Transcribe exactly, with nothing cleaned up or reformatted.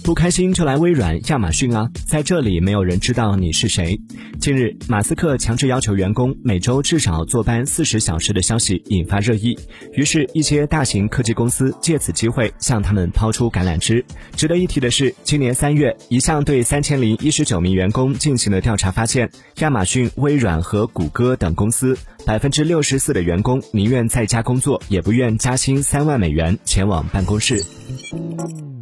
不开心就来微软、亚马逊啊，在这里没有人知道你是谁。近日，马斯克强制要求员工每周至少坐班四十小时的消息引发热议，于是，一些大型科技公司借此机会向他们抛出橄榄枝。值得一提的是，今年三月，一项对三千零一十九名员工进行的调查发现，亚马逊、微软和谷歌等公司百分之六十四的员工宁愿在家工作，也不愿加薪三万美元前往办公室。